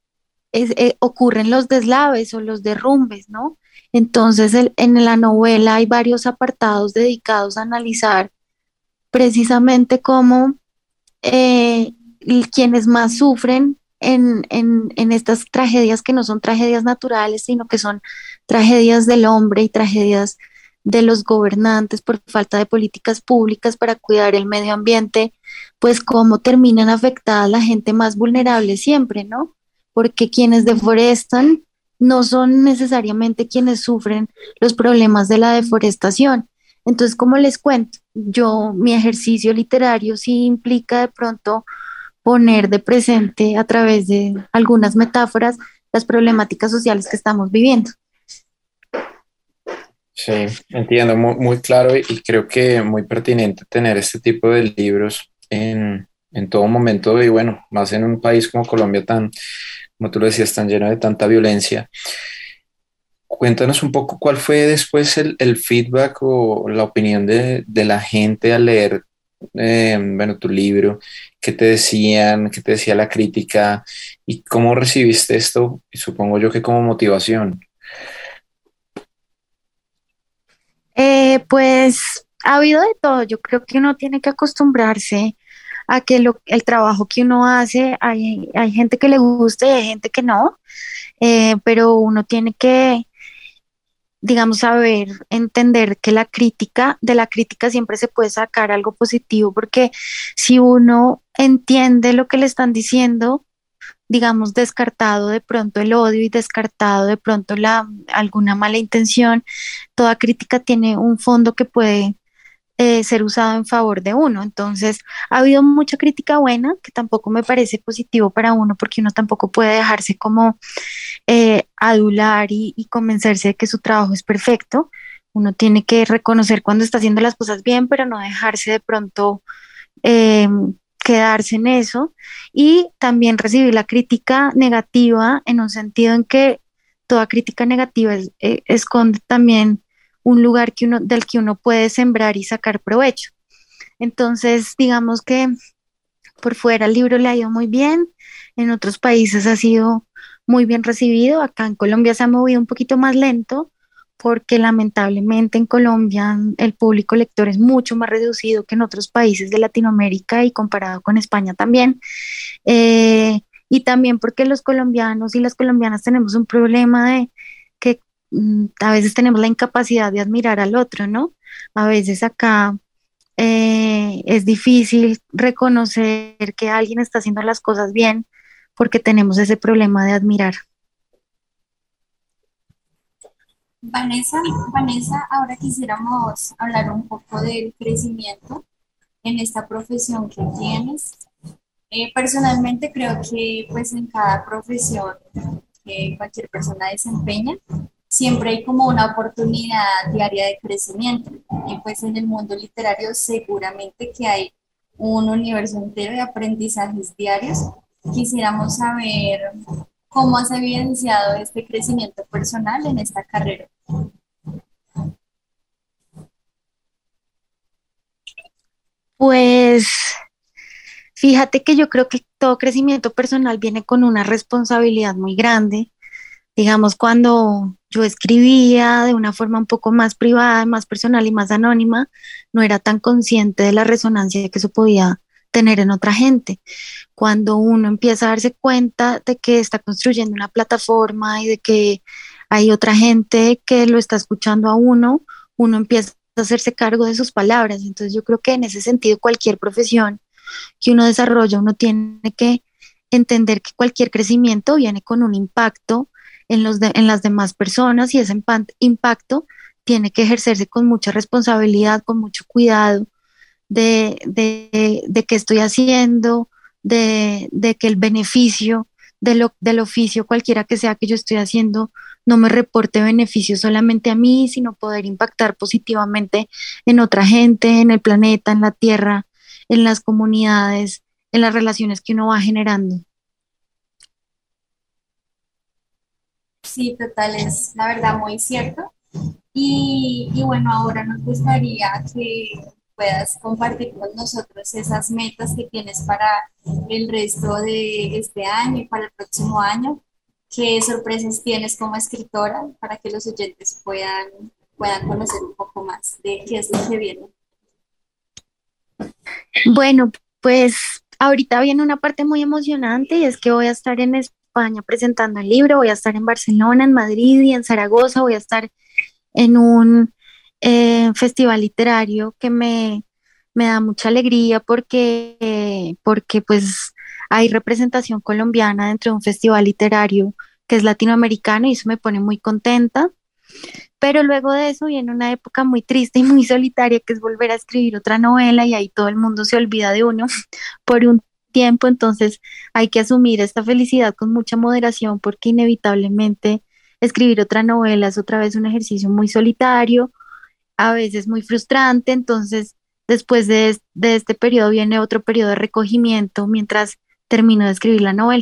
es- eh, ocurren los deslaves o los derrumbes, ¿no? Entonces, el- en la novela hay varios apartados dedicados a analizar precisamente cómo eh, y quienes más sufren en, en, en estas tragedias que no son tragedias naturales, sino que son tragedias del hombre y tragedias de los gobernantes por falta de políticas públicas para cuidar el medio ambiente, pues cómo terminan afectada la gente más vulnerable siempre, ¿no? Porque quienes deforestan no son necesariamente quienes sufren los problemas de la deforestación. Entonces, como les cuento, yo, mi ejercicio literario sí implica de pronto poner de presente a través de algunas metáforas las problemáticas sociales que estamos viviendo. Sí, entiendo, muy, muy claro y, y creo que muy pertinente tener este tipo de libros en, en todo momento y bueno, más en un país como Colombia tan, como tú lo decías, tan lleno de tanta violencia. Cuéntanos un poco cuál fue después el, el feedback o la opinión de, de la gente al leer, eh, bueno, tu libro, qué te decían, qué te decía la crítica y cómo recibiste esto, y supongo yo que como motivación. Eh, pues ha habido de todo. Yo creo que uno tiene que acostumbrarse a que lo, el trabajo que uno hace, hay, hay gente que le gusta y hay gente que no, eh, pero uno tiene que, digamos, saber entender que la crítica, de la crítica siempre se puede sacar algo positivo, porque si uno entiende lo que le están diciendo, digamos, descartado de pronto el odio y descartado de pronto la, alguna mala intención, toda crítica tiene un fondo que puede eh, ser usado en favor de uno. Entonces, ha habido mucha crítica buena, que tampoco me parece positivo para uno, porque uno tampoco puede dejarse como eh, adular y, y convencerse de que su trabajo es perfecto. Uno tiene que reconocer cuando está haciendo las cosas bien, pero no dejarse de pronto eh, quedarse en eso. Y también recibir la crítica negativa en un sentido en que toda crítica negativa es- eh, esconde también un lugar que uno, del que uno puede sembrar y sacar provecho. Entonces, digamos que por fuera el libro le ha ido muy bien, en otros países ha sido muy bien recibido, acá en Colombia se ha movido un poquito más lento porque lamentablemente en Colombia el público lector es mucho más reducido que en otros países de Latinoamérica y comparado con España también. Eh, y también porque los colombianos y las colombianas tenemos un problema de que mm, a veces tenemos la incapacidad de admirar al otro, ¿no? A veces acá eh, es difícil reconocer que alguien está haciendo las cosas bien porque tenemos ese problema de admirar. Vanessa, Vanessa, ahora quisiéramos hablar un poco del crecimiento en esta profesión que tienes. Eh, personalmente creo que pues en cada profesión que cualquier persona desempeña, siempre hay como una oportunidad diaria de crecimiento. Y pues en el mundo literario seguramente que hay un universo entero de aprendizajes diarios. Quisiéramos saber cómo has evidenciado este crecimiento personal en esta carrera. Pues fíjate que yo creo que todo crecimiento personal viene con una responsabilidad muy grande. Digamos, cuando yo escribía de una forma un poco más privada, más personal y más anónima, no era tan consciente de la resonancia que eso podía tener en otra gente. Cuando uno empieza a darse cuenta de que está construyendo una plataforma y de que hay otra gente que lo está escuchando a uno, uno empieza a hacerse cargo de sus palabras. Entonces yo creo que en ese sentido cualquier profesión que uno desarrolla, uno tiene que entender que cualquier crecimiento viene con un impacto en, los de- en las demás personas y ese impa- impacto tiene que ejercerse con mucha responsabilidad, con mucho cuidado de, de, de qué estoy haciendo, de, de que el beneficio de lo, del oficio, cualquiera que sea que yo estoy haciendo, no me reporte beneficio solamente a mí, sino poder impactar positivamente en otra gente, en el planeta, en la tierra, en las comunidades, en las relaciones que uno va generando. Sí, total, es la verdad muy cierto. Y, y bueno, ahora nos gustaría que puedas compartir con nosotros esas metas que tienes para el resto de este año y para el próximo año. ¿Qué sorpresas tienes como escritora para que los oyentes puedan, puedan conocer un poco más de qué es lo que viene? Bueno, pues ahorita viene una parte muy emocionante y es que voy a estar en España presentando el libro, voy a estar en Barcelona, en Madrid y en Zaragoza, voy a estar en un eh, festival literario que me, me da mucha alegría porque, eh, porque pues hay representación colombiana dentro de un festival literario que es latinoamericano y eso me pone muy contenta. Pero luego de eso viene una época muy triste y muy solitaria, que es volver a escribir otra novela y ahí todo el mundo se olvida de uno por un tiempo, entonces hay que asumir esta felicidad con mucha moderación porque inevitablemente escribir otra novela es otra vez un ejercicio muy solitario, a veces muy frustrante, entonces después de, es- de este periodo viene otro periodo de recogimiento mientras termino de escribir la novela.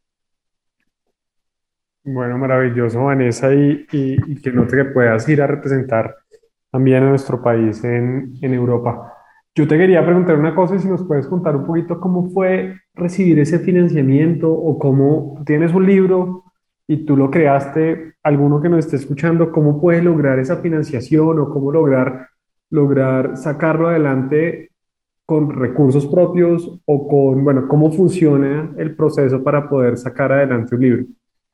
Bueno, maravilloso, Vanessa, y, y, y que note que puedas ir a representar también a nuestro país en, en Europa. Yo te quería preguntar una cosa, y si nos puedes contar un poquito cómo fue recibir ese financiamiento o cómo tú tienes un libro y tú lo creaste, alguno que nos esté escuchando, cómo puedes lograr esa financiación o cómo lograr, lograr sacarlo adelante con recursos propios o con, bueno, cómo funciona el proceso para poder sacar adelante un libro.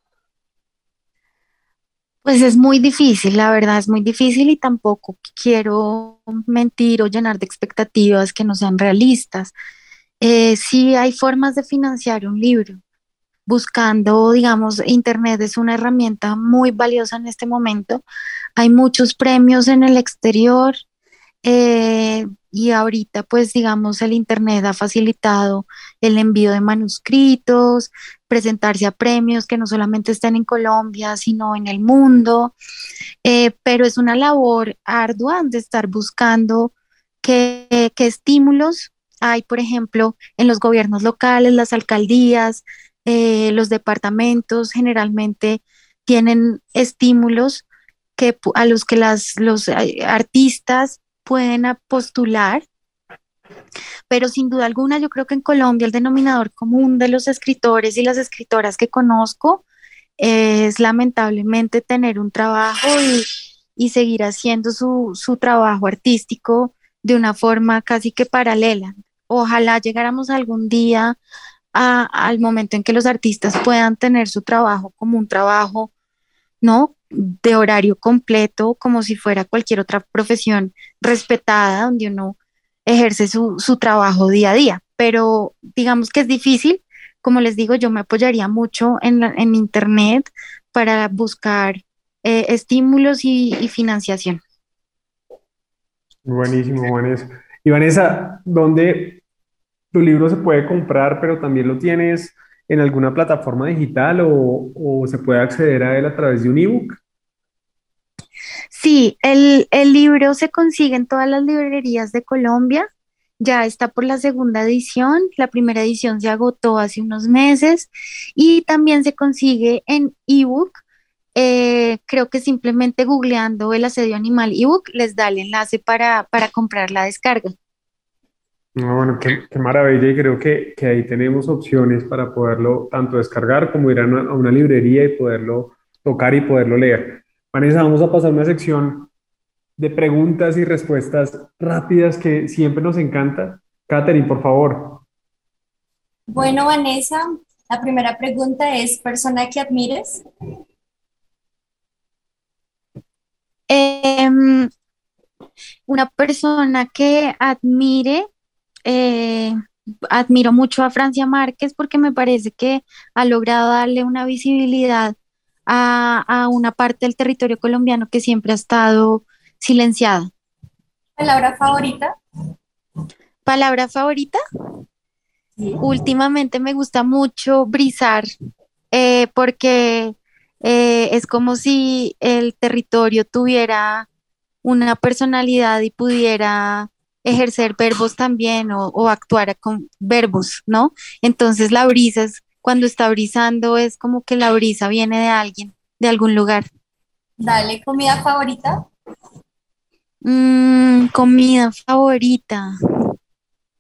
Pues es muy difícil, la verdad es muy difícil y tampoco quiero mentir o llenar de expectativas que no sean realistas. Eh, sí hay formas de financiar un libro. Buscando, digamos, Internet es una herramienta muy valiosa en este momento. Hay muchos premios en el exterior, eh, y ahorita, pues, digamos, el Internet ha facilitado el envío de manuscritos, presentarse a premios que no solamente estén en Colombia, sino en el mundo. Eh, pero es una labor ardua de estar buscando qué, qué estímulos hay, por ejemplo, en los gobiernos locales, las alcaldías, eh, los departamentos generalmente tienen estímulos que, pu- a los que las, los eh, artistas pueden a- postular, pero sin duda alguna yo creo que en Colombia el denominador común de los escritores y las escritoras que conozco es lamentablemente tener un trabajo y, y seguir haciendo su, su trabajo artístico de una forma casi que paralela. Ojalá llegáramos algún día a- al momento en que los artistas puedan tener su trabajo como un trabajo, ¿no? De horario completo, como si fuera cualquier otra profesión respetada, donde uno ejerce su, su trabajo día a día. Pero digamos que es difícil. Como les digo, yo me apoyaría mucho en, la- en Internet para buscar eh, estímulos y, y financiación. Buenísimo, Vanessa. Y Vanessa, ¿dónde tu libro se puede comprar, pero también lo tienes en alguna plataforma digital o, o se puede acceder a él a través de un ebook? Sí, el, el libro se consigue en todas las librerías de Colombia. Ya está por la segunda edición. La primera edición se agotó hace unos meses y también se consigue en ebook. Eh, creo que simplemente googleando el asedio animal ebook les da el enlace para, para comprar la descarga. No, bueno, qué, qué maravilla y creo que, que ahí tenemos opciones para poderlo tanto descargar como ir a una, a una librería y poderlo tocar y poderlo leer. Vanessa, vamos a pasar a una sección de preguntas y respuestas rápidas que siempre nos encanta. Katherine, por favor. Bueno, Vanessa, la primera pregunta es, ¿persona que admires? Em, una persona que admire, eh, admiro mucho a Francia Márquez porque me parece que ha logrado darle una visibilidad a, a una parte del territorio colombiano que siempre ha estado silenciada. ¿Palabra favorita? ¿Palabra favorita? Sí. Últimamente me gusta mucho brisar, eh, porque eh, es como si el territorio tuviera una personalidad y pudiera ejercer verbos también o, o actuar con verbos, ¿no? Entonces la brisa es, cuando está brisando es como que la brisa viene de alguien, de algún lugar. Dale, ¿comida favorita? Mm, comida favorita.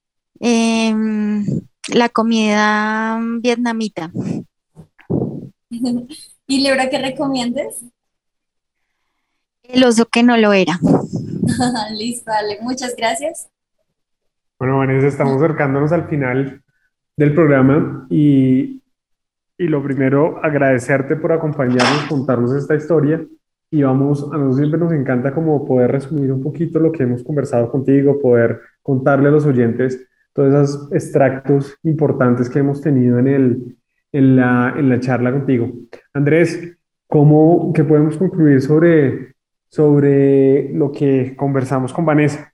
Em, la comida vietnamita. ¿Y libro que recomiendes? El oso que no lo era. Listo, dale, muchas gracias. Bueno, Vanessa, estamos acercándonos al final del programa y, y lo primero, agradecerte por acompañarnos, contarnos esta historia y vamos, a nosotros siempre nos encanta como poder resumir un poquito lo que hemos conversado contigo, poder contarle a los oyentes todos esos extractos importantes que hemos tenido en el, en la, en la charla contigo. Andrés, ¿cómo, qué podemos concluir sobre, sobre lo que conversamos con Vanessa?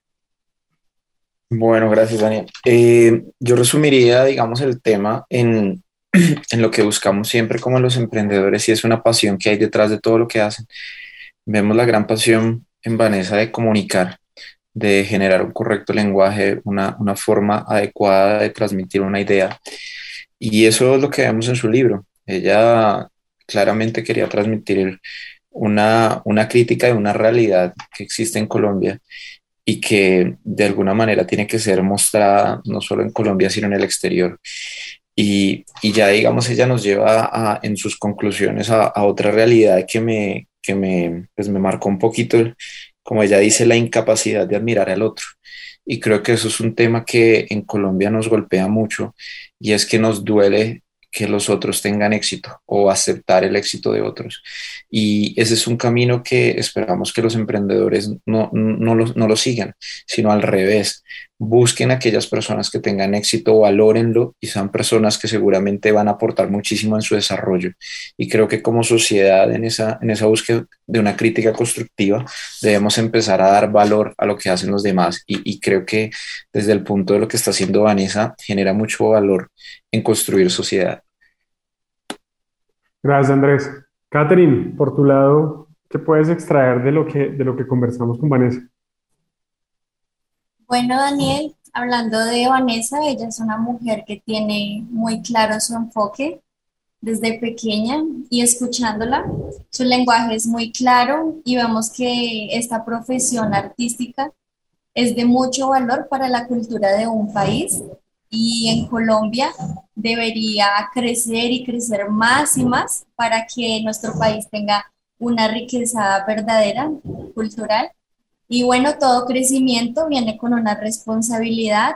Bueno, gracias, Daniel. Eh, yo resumiría, digamos, el tema en, en lo que buscamos siempre como los emprendedores y es una pasión que hay detrás de todo lo que hacen. Vemos la gran pasión en Vanessa de comunicar, de generar un correcto lenguaje, una, una forma adecuada de transmitir una idea. Y eso es lo que vemos en su libro. Ella claramente quería transmitir una, una crítica de una realidad que existe en Colombia y que de alguna manera tiene que ser mostrada no solo en Colombia, sino en el exterior. Y, y ya, digamos, ella nos lleva a, en sus conclusiones a, a otra realidad que me, que me, pues me marcó un poquito, como ella dice, la incapacidad de admirar al otro. Y creo que eso es un tema que en Colombia nos golpea mucho y es que nos duele que los otros tengan éxito o aceptar el éxito de otros. Y ese es un camino que esperamos que los emprendedores no, no, lo, no lo sigan, sino al revés. Busquen a aquellas personas que tengan éxito, valórenlo y sean personas que seguramente van a aportar muchísimo en su desarrollo. Y creo que como sociedad en esa, en esa búsqueda de una crítica constructiva debemos empezar a dar valor a lo que hacen los demás. Y, y creo que desde el punto de lo que está haciendo Vanessa genera mucho valor en construir sociedad. Gracias, Andrés. Catherine, por tu lado, ¿qué puedes extraer de lo que, de lo que conversamos con Vanessa? Bueno, Daniel, hablando de Vanessa, ella es una mujer que tiene muy claro su enfoque desde pequeña y escuchándola, su lenguaje es muy claro y vemos que esta profesión artística es de mucho valor para la cultura de un país y en Colombia debería crecer y crecer más y más para que nuestro país tenga una riqueza verdadera cultural. Y bueno, todo crecimiento viene con una responsabilidad.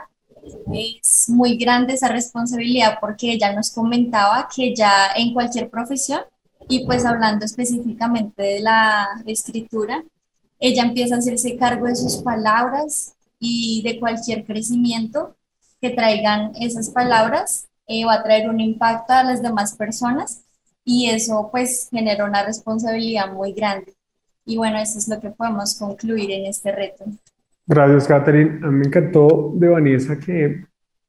Es muy grande esa responsabilidad porque ella nos comentaba que ya en cualquier profesión, y pues hablando específicamente de la escritura, ella empieza a hacerse cargo de sus palabras y de cualquier crecimiento que traigan esas palabras, eh, va a traer un impacto a las demás personas y eso pues genera una responsabilidad muy grande. Y bueno, eso es lo que podemos concluir en este reto. Gracias, Catherine. A mí me encantó de Vanessa que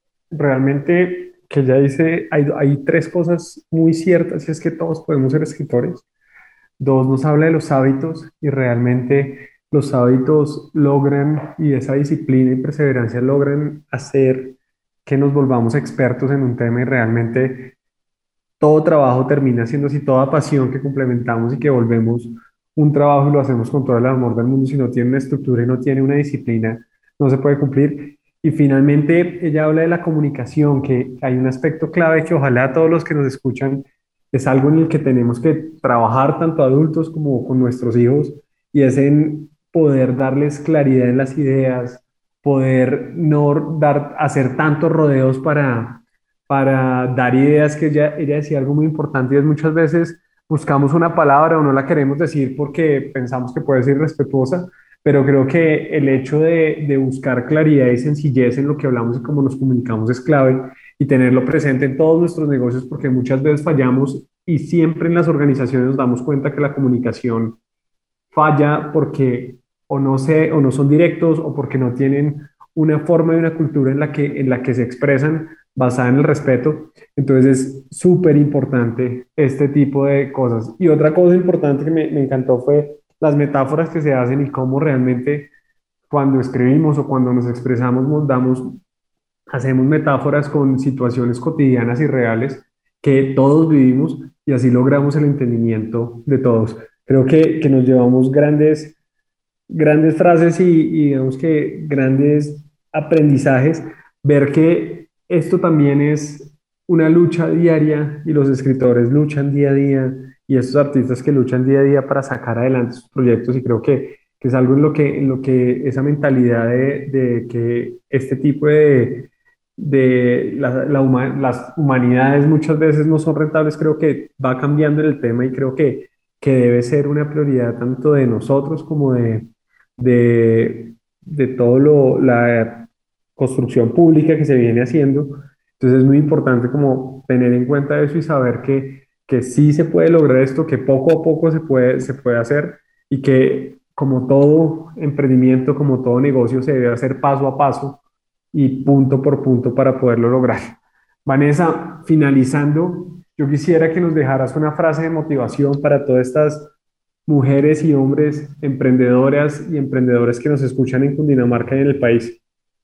realmente, que ella dice, hay, hay tres cosas muy ciertas, y es que todos podemos ser escritores. Dos, nos habla de los hábitos y realmente los hábitos logran, y esa disciplina y perseverancia logran hacer que nos volvamos expertos en un tema y realmente todo trabajo termina siendo así, toda pasión que complementamos y que volvemos un trabajo y lo hacemos con todo el amor del mundo, si no tiene una estructura y no tiene una disciplina, no se puede cumplir. Y finalmente ella habla de la comunicación, que hay un aspecto clave que ojalá todos los que nos escuchan es algo en el que tenemos que trabajar tanto adultos como con nuestros hijos y es en poder darles claridad en las ideas, poder no dar, hacer tantos rodeos para para dar ideas, que ella, ella decía algo muy importante y es muchas veces buscamos una palabra o no la queremos decir porque pensamos que puede ser irrespetuosa, pero creo que el hecho de, de buscar claridad y sencillez en lo que hablamos y cómo nos comunicamos es clave y tenerlo presente en todos nuestros negocios porque muchas veces fallamos y siempre en las organizaciones nos damos cuenta que la comunicación falla porque o no se, o no son directos o porque no tienen una forma y una cultura en la que, en la que se expresan basada en el respeto. Entonces es súper importante este tipo de cosas. Y otra cosa importante que me, me encantó fue las metáforas que se hacen y cómo realmente cuando escribimos o cuando nos expresamos nos damos, hacemos metáforas con situaciones cotidianas y reales que todos vivimos y así logramos el entendimiento de todos. Creo que, que nos llevamos grandes, grandes frases y, y digamos que grandes aprendizajes, ver que esto también es una lucha diaria y los escritores luchan día a día y estos artistas que luchan día a día para sacar adelante sus proyectos y creo que, que es algo en lo que, en lo que esa mentalidad de, de que este tipo de, de la, la huma- las humanidades muchas veces no son rentables, creo que va cambiando en el tema y creo que, que debe ser una prioridad tanto de nosotros como de, de, de todo lo, la construcción pública que se viene haciendo. Entonces es muy importante como tener en cuenta eso y saber que, que sí se puede lograr esto, que poco a poco se puede, se puede hacer y que como todo emprendimiento, como todo negocio, se debe hacer paso a paso y punto por punto para poderlo lograr. Vanessa, finalizando, yo quisiera que nos dejaras una frase de motivación para todas estas mujeres y hombres emprendedoras y emprendedores que nos escuchan en Cundinamarca y en el país.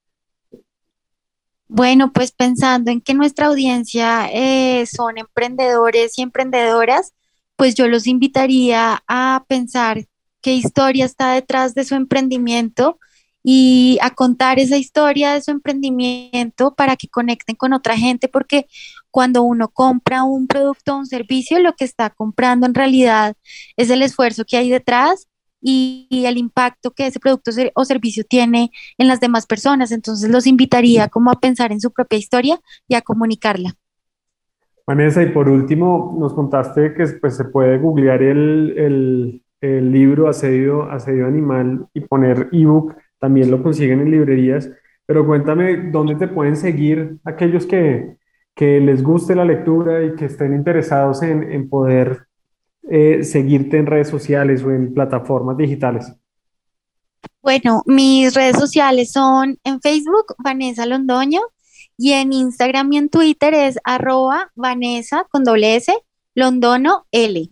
Bueno, pues pensando en que nuestra audiencia eh, son emprendedores y emprendedoras, pues yo los invitaría a pensar qué historia está detrás de su emprendimiento y a contar esa historia de su emprendimiento para que conecten con otra gente, porque cuando uno compra un producto o un servicio, lo que está comprando en realidad es el esfuerzo que hay detrás y, y el impacto que ese producto ser- o servicio tiene en las demás personas. Entonces los invitaría como a pensar en su propia historia y a comunicarla. Vanessa, y por último, nos contaste que pues, se puede googlear el, el- el libro Asedio, Asedio Animal y poner ebook, también lo consiguen en librerías, pero cuéntame dónde te pueden seguir aquellos que, que les guste la lectura y que estén interesados en, en poder eh, seguirte en redes sociales o en plataformas digitales. Bueno, mis redes sociales son en Facebook, Vanessa Londoño, y en Instagram y en Twitter es arroba Vanessa con doble S, Londono L.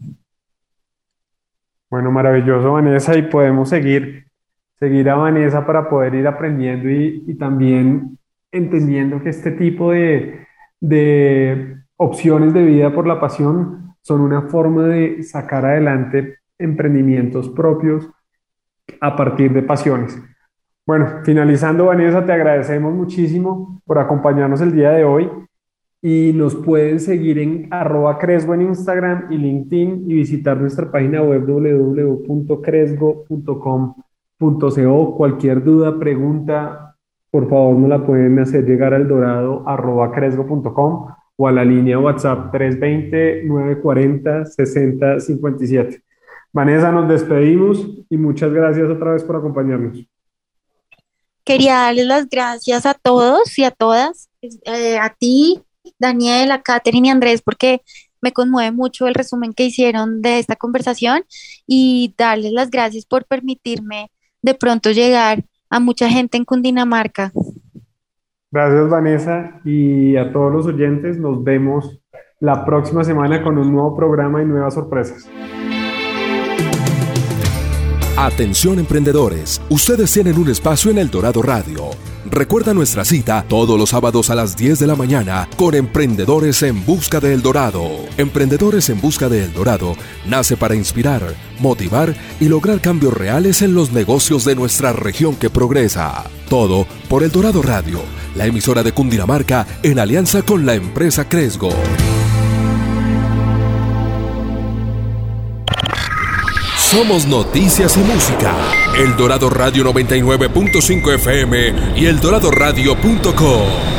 Bueno, maravilloso, Vanessa, y podemos seguir, seguir a Vanessa para poder ir aprendiendo y, y también entendiendo que este tipo de, de opciones de vida por la pasión son una forma de sacar adelante emprendimientos propios a partir de pasiones. Bueno, finalizando, Vanessa, te agradecemos muchísimo por acompañarnos el día de hoy y nos pueden seguir en arroba Cresgo en Instagram y LinkedIn y visitar nuestra página web w w w punto cresgo punto com punto co. Cualquier duda, pregunta, por favor nos la pueden hacer llegar al dorado arroba cresgo punto com o a la línea WhatsApp tres dos cero, nueve cuatro cero, seis cero cinco siete. Vanessa, nos despedimos y muchas gracias otra vez por acompañarnos. Quería darles las gracias a todos y a todas, eh, a ti, Daniel, a Katherine y Andrés, porque me conmueve mucho el resumen que hicieron de esta conversación y darles las gracias por permitirme de pronto llegar a mucha gente en Cundinamarca. Gracias, Vanessa, y a todos los oyentes. Nos vemos la próxima semana con un nuevo programa y nuevas sorpresas. Atención emprendedores, ustedes tienen un espacio en El Dorado Radio. Recuerda nuestra cita todos los sábados a las diez de la mañana con Emprendedores en Busca de El Dorado. Emprendedores en Busca de El Dorado nace para inspirar, motivar y lograr cambios reales en los negocios de nuestra región que progresa. Todo por El Dorado Radio, la emisora de Cundinamarca en alianza con la empresa Cresgo. Somos noticias y música. El Dorado Radio noventa y nueve punto cinco F M y eldoradoradio punto com.